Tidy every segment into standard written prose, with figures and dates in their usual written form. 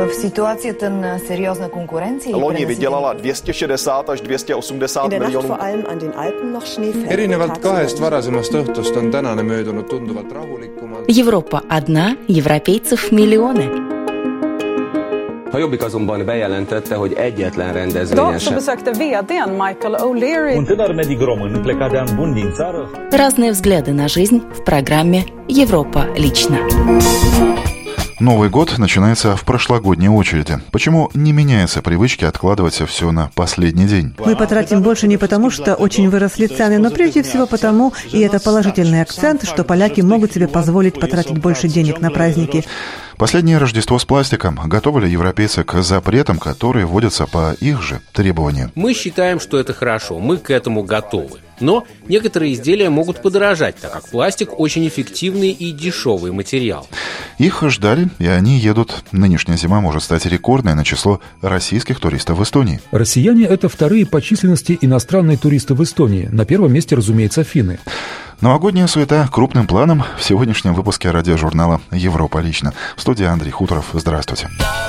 v situacii ten seriózna konkurencija. Loni vydělala 260 až 280 miljonů. Erinevalt kahest varasemast õhtust on tänane möödunud tunduvalt rahulikumalt. Европа одна, европейцев миллионы. A Jobbik azonban bejelentette, hogy egyetlen rendezvényesen. Разные взгляды на жизнь в программе «Европа лично». Новый год начинается в прошлогодней очереди. Почему не меняются привычки откладывать все на последний день? Мы потратим больше не потому, что очень выросли цены, но прежде всего потому, и это положительный акцент, что поляки могут себе позволить потратить больше денег на праздники. Последнее Рождество с пластиком. Готовы ли европейцы к запретам, которые вводятся по их же требованию? Мы считаем, что это хорошо, мы к этому готовы. Но некоторые изделия могут подорожать, так как пластик очень эффективный и дешевый материал. Их ждали, и они едут. Нынешняя зима может стать рекордной на число российских туристов в Эстонии. Россияне – это вторые по численности иностранные туристы в Эстонии. На первом месте, разумеется, финны. Новогодняя суета крупным планом в сегодняшнем выпуске радиожурнала «Европа лично». В студии Андрей Хуторов. Здравствуйте.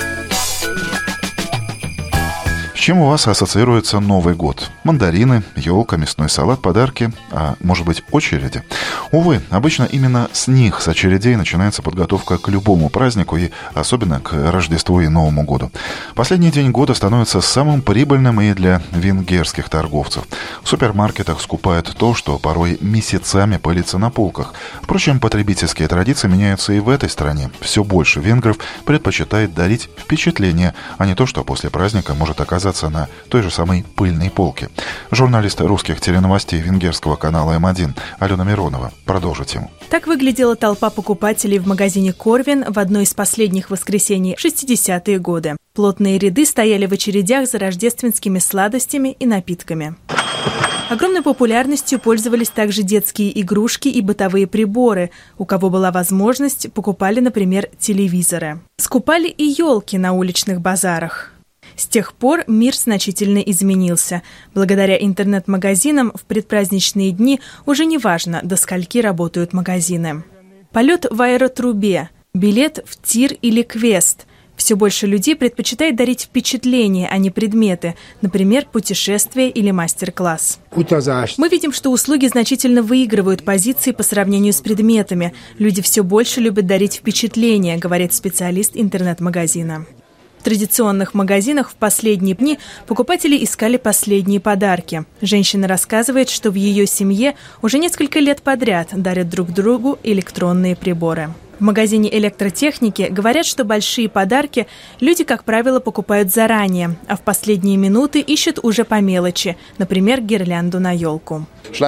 С чем у вас ассоциируется Новый год? Мандарины, елка, мясной салат, подарки, а может быть очереди? Увы, обычно именно с них, с очередей, начинается подготовка к любому празднику и особенно к Рождеству и Новому году. Последний день года становится самым прибыльным и для венгерских торговцев. В супермаркетах скупают то, что порой месяцами пылится на полках. Впрочем, потребительские традиции меняются и в этой стране. Все больше венгров предпочитает дарить впечатление, а не то, что после праздника может оказаться на той же самой пыльной полке. Журналист русских теленовостей венгерского канала М1 Алена Миронова продолжит тему. Так выглядела толпа покупателей в магазине «Корвин» в одно из последних воскресений в 60-е годы. Плотные ряды стояли в очередях за рождественскими сладостями и напитками. Огромной популярностью пользовались также детские игрушки и бытовые приборы. У кого была возможность, покупали, например, телевизоры. Скупали и елки на уличных базарах. С тех пор мир значительно изменился. Благодаря интернет-магазинам в предпраздничные дни уже не важно, до скольки работают магазины. Полет в аэротрубе, билет в тир или квест. Все больше людей предпочитает дарить впечатления, а не предметы, например, путешествие или мастер-класс. Мы видим, что услуги значительно выигрывают позиции по сравнению с предметами. Люди все больше любят дарить впечатления, говорит специалист интернет-магазина. В традиционных магазинах в последние дни покупатели искали последние подарки. Женщина рассказывает, что в ее семье уже несколько лет подряд дарят друг другу электронные приборы. В магазине электротехники говорят, что большие подарки люди, как правило, покупают заранее, а в последние минуты ищут уже по мелочи, например, гирлянду на елку.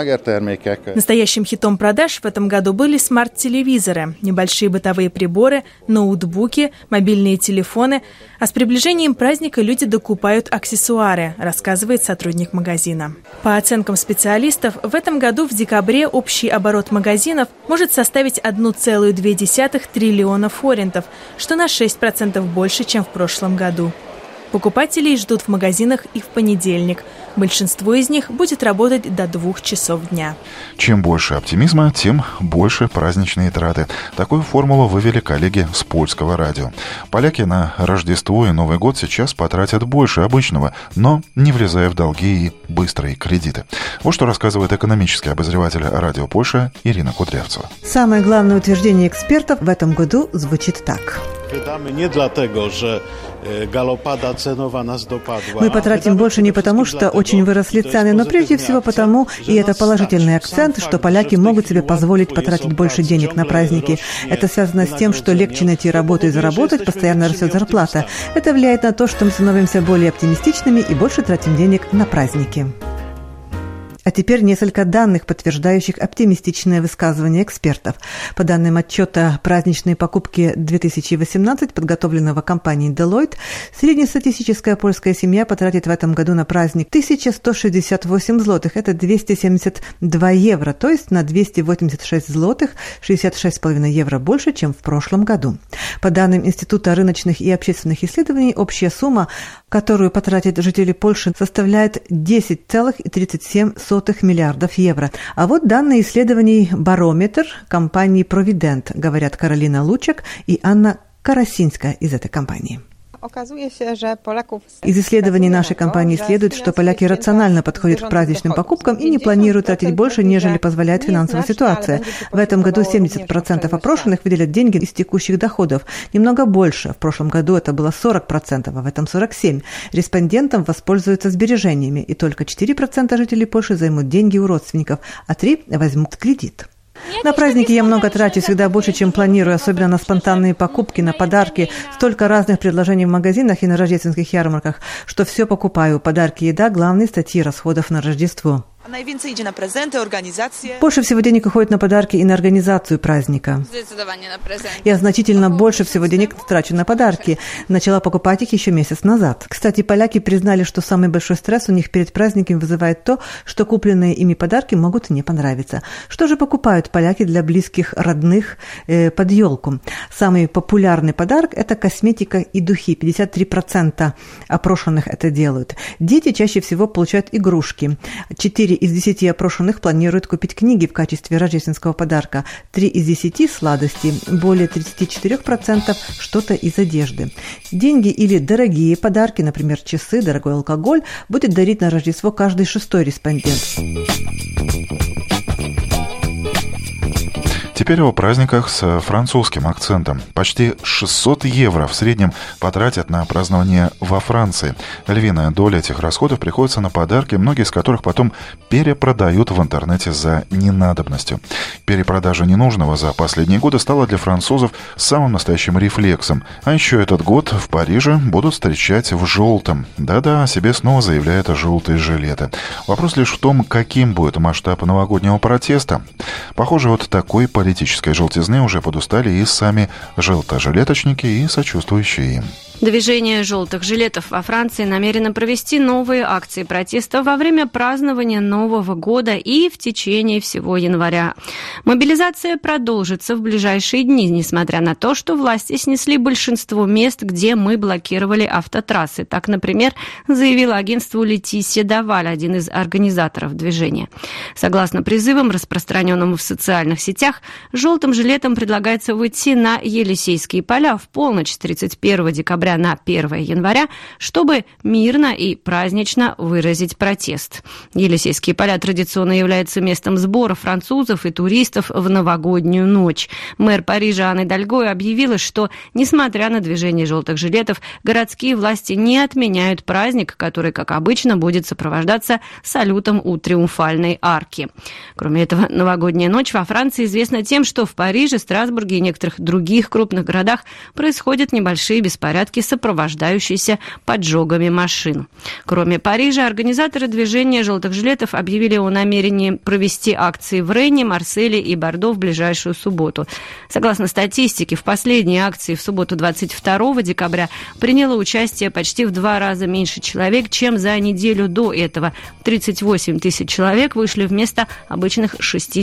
Настоящим хитом продаж в этом году были смарт-телевизоры, небольшие бытовые приборы, ноутбуки, мобильные телефоны. А с приближением праздника люди докупают аксессуары, рассказывает сотрудник магазина. По оценкам специалистов, в этом году в декабре общий оборот магазинов может составить 1,2 триллиона форинтов, что на 6% больше, чем в прошлом году. Покупателей ждут в магазинах и в понедельник. Большинство из них будет работать до 2 часов дня. Чем больше оптимизма, тем больше праздничные траты. Такую формулу вывели коллеги с польского радио. Поляки на Рождество и Новый год сейчас потратят больше обычного, но не влезая в долги и быстрые кредиты. Вот что рассказывает экономический обозреватель радио Польша Ирина Кудрявцева. Самое главное утверждение экспертов в этом году звучит так. Мы потратим больше не потому, что очень выросли цены, но прежде всего потому, и это положительный акцент, что поляки могут себе позволить потратить больше денег на праздники. Это связано с тем, что легче найти работу и заработать, постоянно растет зарплата. Это влияет на то, что мы становимся более оптимистичными и больше тратим денег на праздники. А теперь несколько данных, подтверждающих оптимистичное высказывание экспертов. По данным отчета «Праздничные покупки 2018», подготовленного компанией Deloitte, среднестатистическая польская семья потратит в этом году на праздник 1168 злотых, это 272 евро, то есть на 286 злотых, 66,5 евро больше, чем в прошлом году. По данным Института рыночных и общественных исследований, общая сумма, которую потратят жители Польши, составляет 10,37 миллиардов евро. А вот данные исследований «Барометр» компании «Провидент», говорят Каролина Лучак и Анна Карасинская из этой компании. Из исследований нашей компании следует, что поляки рационально подходят к праздничным покупкам и не планируют тратить больше, нежели позволяет финансовая ситуация. В этом году 70% опрошенных выделят деньги из текущих доходов. Немного больше. В прошлом году это было 40%, а в этом 47%. Респондентам воспользуются сбережениями, и только 4% жителей Польши займут деньги у родственников, а 3% возьмут кредит. На праздники я много трачу, всегда больше, чем планирую, особенно на спонтанные покупки, на подарки. Столько разных предложений в магазинах и на рождественских ярмарках, что все покупаю. Подарки и еда – главные статьи расходов на Рождество. Больше всего денег уходит на подарки и на организацию праздника. Я значительно больше всего денег трачу на подарки. Начала покупать их еще месяц назад. Кстати, поляки признали, что самый большой стресс у них перед праздниками вызывает то, что купленные ими подарки могут не понравиться. Что же покупают поляки для близких, родных под елку? Самый популярный подарок – это косметика и духи. 53% опрошенных это делают. Дети чаще всего получают игрушки. 4 из 10 опрошенных планируют купить книги в качестве рождественского подарка. 3 из 10 – сладости. Более 34% – что-то из одежды. Деньги или дорогие подарки, например, часы, дорогой алкоголь, будет дарить на Рождество каждый 6-й респондент. Теперь о праздниках с французским акцентом. Почти 600 евро в среднем потратят на празднование во Франции. Львиная доля этих расходов приходится на подарки, многие из которых потом перепродают в интернете за ненадобностью. Перепродажа ненужного за последние годы стала для французов самым настоящим рефлексом. А еще этот год в Париже будут встречать в желтом. Да-да, о себе снова заявляют желтые жилеты. Вопрос лишь в том, каким будет масштаб новогоднего протеста. Похоже, вот такой политической желтизны уже подустали и сами желтожилеточники, и сочувствующие им. Движение желтых жилетов во Франции намерено провести новые акции протеста во время празднования Нового года и в течение всего января. Мобилизация продолжится в ближайшие дни, несмотря на то, что власти снесли большинство мест, где мы блокировали автотрассы. Так, например, заявило агентству Летисья Даваль, один из организаторов движения. Согласно призывам, распространенным в социальных сетях, желтым жилетам предлагается выйти на Елисейские поля в полночь с 31 декабря на 1 января, чтобы мирно и празднично выразить протест. Елисейские поля традиционно являются местом сбора французов и туристов в новогоднюю ночь. Мэр Парижа Анна Идальго объявила, что, несмотря на движение желтых жилетов, городские власти не отменяют праздник, который, как обычно, будет сопровождаться салютом у Триумфальной арки. Кроме этого, новогодняя ночь во Франции известна тем, что в Париже, Страсбурге и некоторых других крупных городах происходят небольшие беспорядки, сопровождающиеся поджогами машин. Кроме Парижа, организаторы движения желтых жилетов объявили о намерении провести акции в Ренне, Марселе и Бордо в ближайшую субботу. Согласно статистике, в последней акции в субботу 22 декабря приняло участие почти в 2 раза меньше человек, чем за неделю до этого. 38 тысяч человек вышли вместо обычных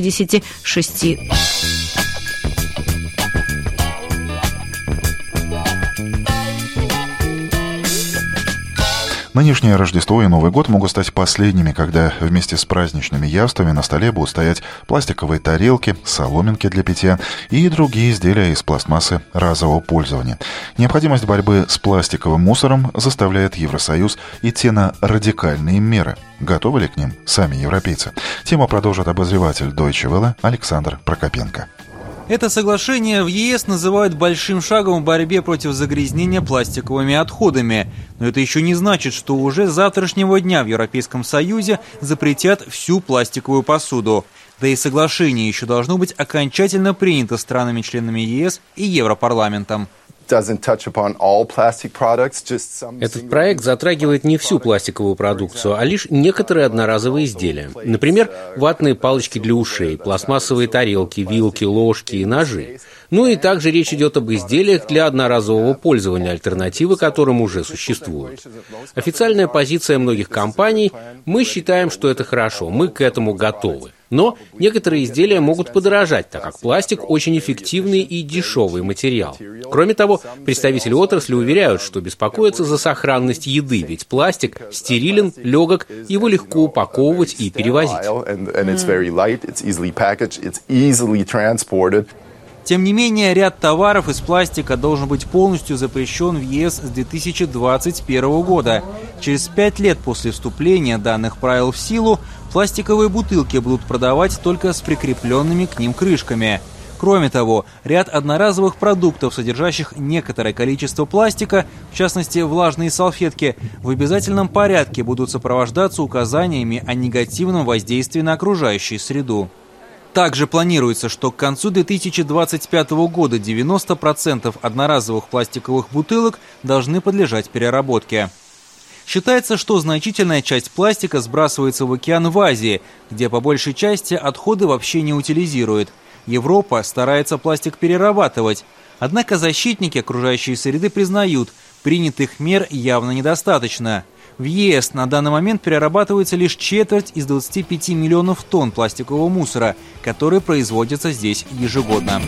66. Нынешнее Рождество и Новый год могут стать последними, когда вместе с праздничными явствами на столе будут стоять пластиковые тарелки, соломинки для питья и другие изделия из пластмассы разового пользования. Необходимость борьбы с пластиковым мусором заставляет Евросоюз идти на радикальные меры. Готовы ли к ним сами европейцы? Тему продолжит обозреватель Deutsche Welle Александр Прокопенко. Это соглашение в ЕС называют большим шагом в борьбе против загрязнения пластиковыми отходами. Но это еще не значит, что уже с завтрашнего дня в Европейском Союзе запретят всю пластиковую посуду. Да и соглашение еще должно быть окончательно принято странами-членами ЕС и Европарламентом. Этот проект затрагивает не всю пластиковую продукцию, а лишь некоторые одноразовые изделия. Например, ватные палочки для ушей, пластмассовые тарелки, вилки, ложки и ножи. Ну и также речь идет об изделиях для одноразового пользования, альтернативы которым уже существуют. Официальная позиция многих компаний – мы считаем, что это хорошо, мы к этому готовы. Но некоторые изделия могут подорожать, так как пластик очень эффективный и дешевый материал. Кроме того, представители отрасли уверяют, что беспокоятся за сохранность еды, ведь пластик стерилен, легок, его легко упаковывать и перевозить. Тем не менее, ряд товаров из пластика должен быть полностью запрещен в ЕС с 2021 года. Через 5 лет после вступления данных правил в силу пластиковые бутылки будут продавать только с прикрепленными к ним крышками. Кроме того, ряд одноразовых продуктов, содержащих некоторое количество пластика, в частности влажные салфетки, в обязательном порядке будут сопровождаться указаниями о негативном воздействии на окружающую среду. Также планируется, что к концу 2025 года 90% одноразовых пластиковых бутылок должны подлежать переработке. Считается, что значительная часть пластика сбрасывается в океан в Азии, где по большей части отходы вообще не утилизируют. Европа старается пластик перерабатывать. Однако защитники окружающей среды признают, принятых мер явно недостаточно. В ЕС на данный момент перерабатывается лишь четверть из 25 миллионов тонн пластикового мусора, который производится здесь ежегодно.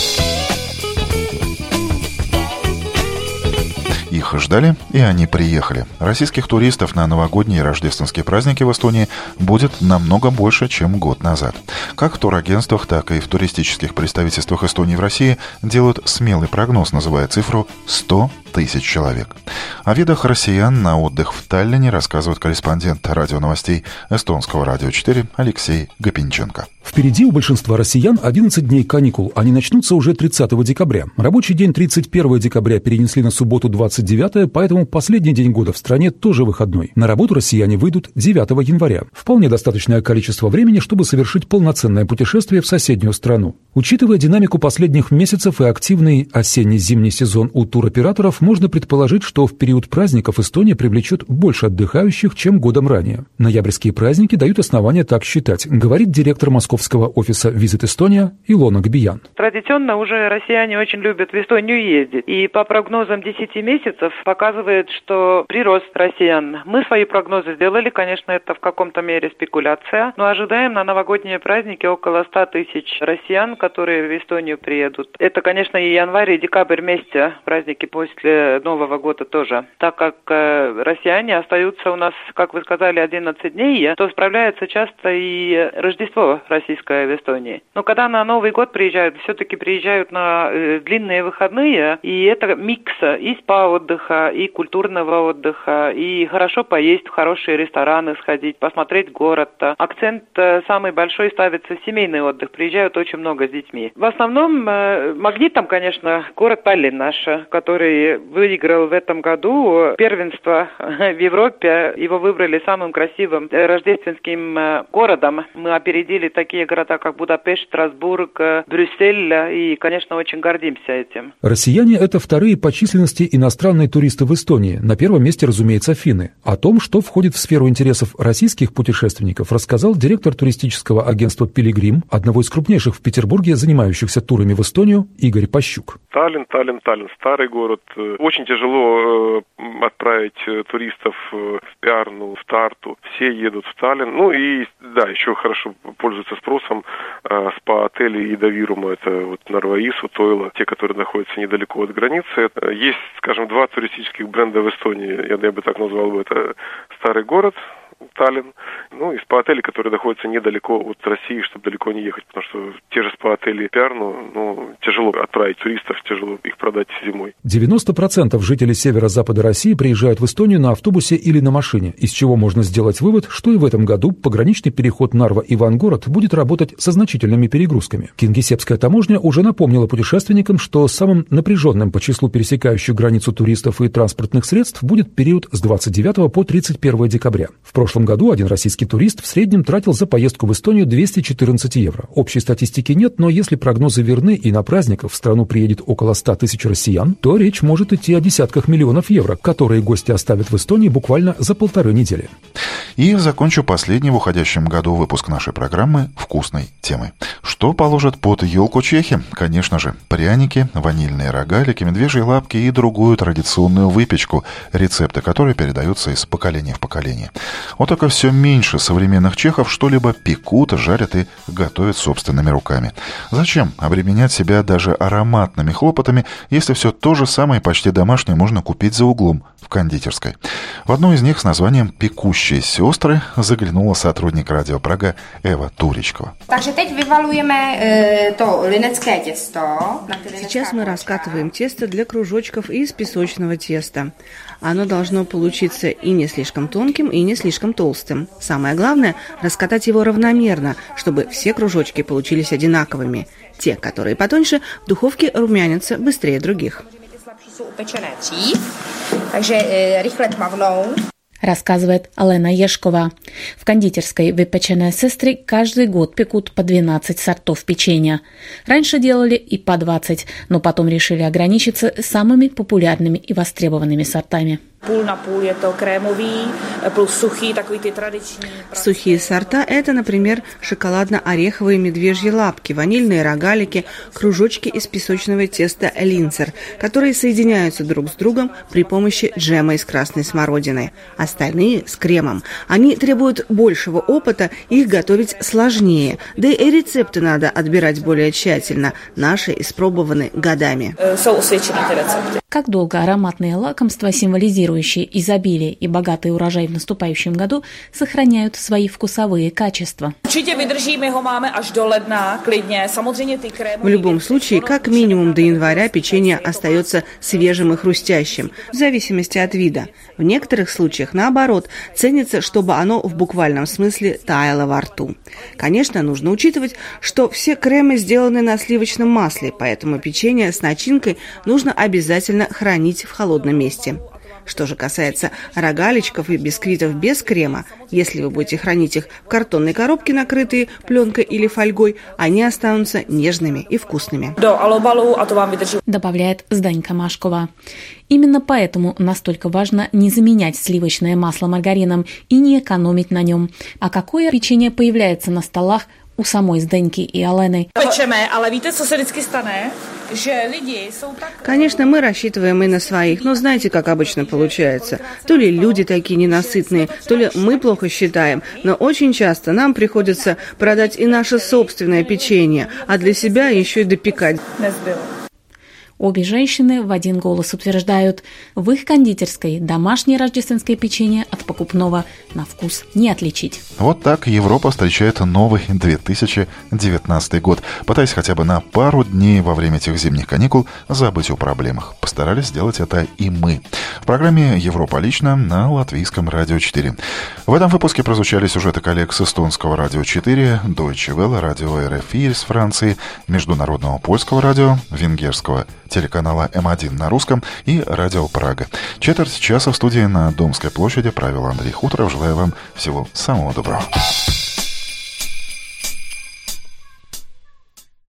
Их ждали, и они приехали. Российских туристов на новогодние и рождественские праздники в Эстонии будет намного больше, чем год назад. Как в турагентствах, так и в туристических представительствах Эстонии в России делают смелый прогноз, называя цифру 100 тысяч человек. О видах россиян на отдых в Таллине рассказывает корреспондент радионовостей Эстонского радио 4 Алексей Гапинченко. Впереди у большинства россиян 11 дней каникул. Они начнутся уже 30 декабря. Рабочий день 31 декабря перенесли на субботу 29, поэтому последний день года в стране тоже выходной. На работу россияне выйдут 9 января. Вполне достаточное количество времени, чтобы совершить полноценное путешествие в соседнюю страну. Учитывая динамику последних месяцев и активный осенне-зимний сезон у туроператоров, можно предположить, что в период праздников Эстония привлечет больше отдыхающих, чем годом ранее. Ноябрьские праздники дают основания так считать, говорит директор московского офиса Visit Estonia Илона Гбиян. Традиционно уже россияне очень любят в Эстонию ездить. И по прогнозам 10 месяцев показывает, что прирост россиян. Мы свои прогнозы сделали, конечно, это в каком-то мере спекуляция, но ожидаем на новогодние праздники около 100 тысяч россиян, которые в Эстонию приедут. Это, конечно, и январь, и декабрь месяца, праздники после Нового года тоже. Так как россияне остаются у нас, как вы сказали, 11 дней, то справляется часто и Рождество российское в Эстонии. Но когда на Новый год приезжают, все-таки приезжают на длинные выходные, и это микс и спа-отдыха, и культурного отдыха, и хорошо поесть, в хорошие рестораны сходить, посмотреть город. Акцент самый большой ставится в семейный отдых. Приезжают очень много с детьми. В основном магнитом, конечно, город Таллин наш, который выиграл в этом году первенство в Европе. Его выбрали самым красивым рождественским городом. Мы опередили такие города, как Будапешт, Страсбург, Брюссель, и, конечно, очень гордимся этим. Россияне – это вторые по численности иностранные туристы в Эстонии. На первом месте, разумеется, финны. О том, что входит в сферу интересов российских путешественников, рассказал директор туристического агентства «Пилигрим», одного из крупнейших в Петербурге, занимающихся турами в Эстонию, Игорь Пащук. Таллин, старый город. Очень тяжело отправить туристов в Пярну, в Тарту. Все едут в Таллин. Ну и, да, еще хорошо пользуются спросом спа-отели и Давирума. Это вот Нарваису, Тойла, те, которые находятся недалеко от границы. Есть, скажем, два туристических бренда в Эстонии. Я бы так назвал бы. Это старый город Таллин, ну и спа-отели, которые находятся недалеко от России, чтобы далеко не ехать, потому что те же спа-отели Пярну, тяжело отправить туристов, тяжело их продать зимой. 90% жителей северо-запада России приезжают в Эстонию на автобусе или на машине, из чего можно сделать вывод, что и в этом году пограничный переход Нарва-Ивангород будет работать со значительными перегрузками. Кингисеппская таможня уже напомнила путешественникам, что самым напряженным по числу пересекающих границу туристов и транспортных средств будет период с 29 по 31 декабря. В прошлом году один российский турист в среднем тратил за поездку в Эстонию 214 евро. Общей статистики нет, но если прогнозы верны и на праздниках в страну приедет около 100 тысяч россиян, то речь может идти о десятках миллионов евро, которые гости оставят в Эстонии буквально за 1,5 недели. И закончу последний в уходящем году выпуск нашей программы вкусной темой. Что положат под елку чехи? Конечно же, пряники, ванильные рогалики, медвежьи лапки и другую традиционную выпечку, рецепты которой передаются из поколения в поколение. Вот только все меньше современных чехов что-либо пекут, жарят и готовят собственными руками. Зачем обременять себя даже ароматными хлопотами, если все то же самое почти домашнее можно купить за углом в кондитерской? В одну из них с названием «Пекущие сестры» заглянула сотрудник Радио Прага Эва Туричкова. Сейчас мы раскатываем тесто для кружочков из песочного теста. Оно должно получиться и не слишком тонким, и не слишком толстым. Самое главное – раскатать его равномерно, чтобы все кружочки получились одинаковыми. Те, которые потоньше, в духовке румянятся быстрее других. Рассказывает Алена Ешкова. В кондитерской «Выпеченные сестры» каждый год пекут по 12 сортов печенья. Раньше делали и по 20, но потом решили ограничиться самыми популярными и востребованными сортами. Сухие сорта – это, например, шоколадно-ореховые медвежьи лапки, ванильные рогалики, кружочки из песочного теста линцер, которые соединяются друг с другом при помощи джема из красной смородины. Остальные – с кремом. Они требуют большего опыта, их готовить сложнее. Да и рецепты надо отбирать более тщательно. Наши испробованы годами. Как долго ароматные лакомства, символизирующие изобилие и богатый урожай в наступающем году, сохраняют свои вкусовые качества? В любом случае, как минимум до января печенье остается свежим и хрустящим, в зависимости от вида. В некоторых случаях, наоборот, ценится, чтобы оно в буквальном смысле таяло во рту. Конечно, нужно учитывать, что все кремы сделаны на сливочном масле, поэтому печенье с начинкой нужно обязательно хранить в холодном месте. Что же касается рогаличков и бисквитов без крема, если вы будете хранить их в картонной коробке, накрытой пленкой или фольгой, они останутся нежными и вкусными. Добавляет Зданька Машкова. Именно поэтому настолько важно не заменять сливочное масло маргарином и не экономить на нем. А какое печенье появляется на столах у самой Зданьки и Алены? Конечно, мы рассчитываем и на своих, но знаете, как обычно получается. То ли люди такие ненасытные, то ли мы плохо считаем, но очень часто нам приходится продать и наше собственное печенье, а для себя еще и допекать. Обе женщины в один голос утверждают, в их кондитерской домашнее рождественское печенье от покупного на вкус не отличить. Вот так Европа встречает новый 2019 год, пытаясь хотя бы на пару дней во время этих зимних каникул забыть о проблемах. Постарались сделать это и мы. В программе «Европа лично» на Латвийском радио 4. В этом выпуске прозвучали сюжеты коллег с эстонского радио 4, Deutsche Welle, радио РФИ из Франции, Международного польского радио, венгерского телеканала М1 на русском и радио Прага. Четверть часа в студии на Домской площади провел Андрей Хуторов. Желаю вам всего самого доброго.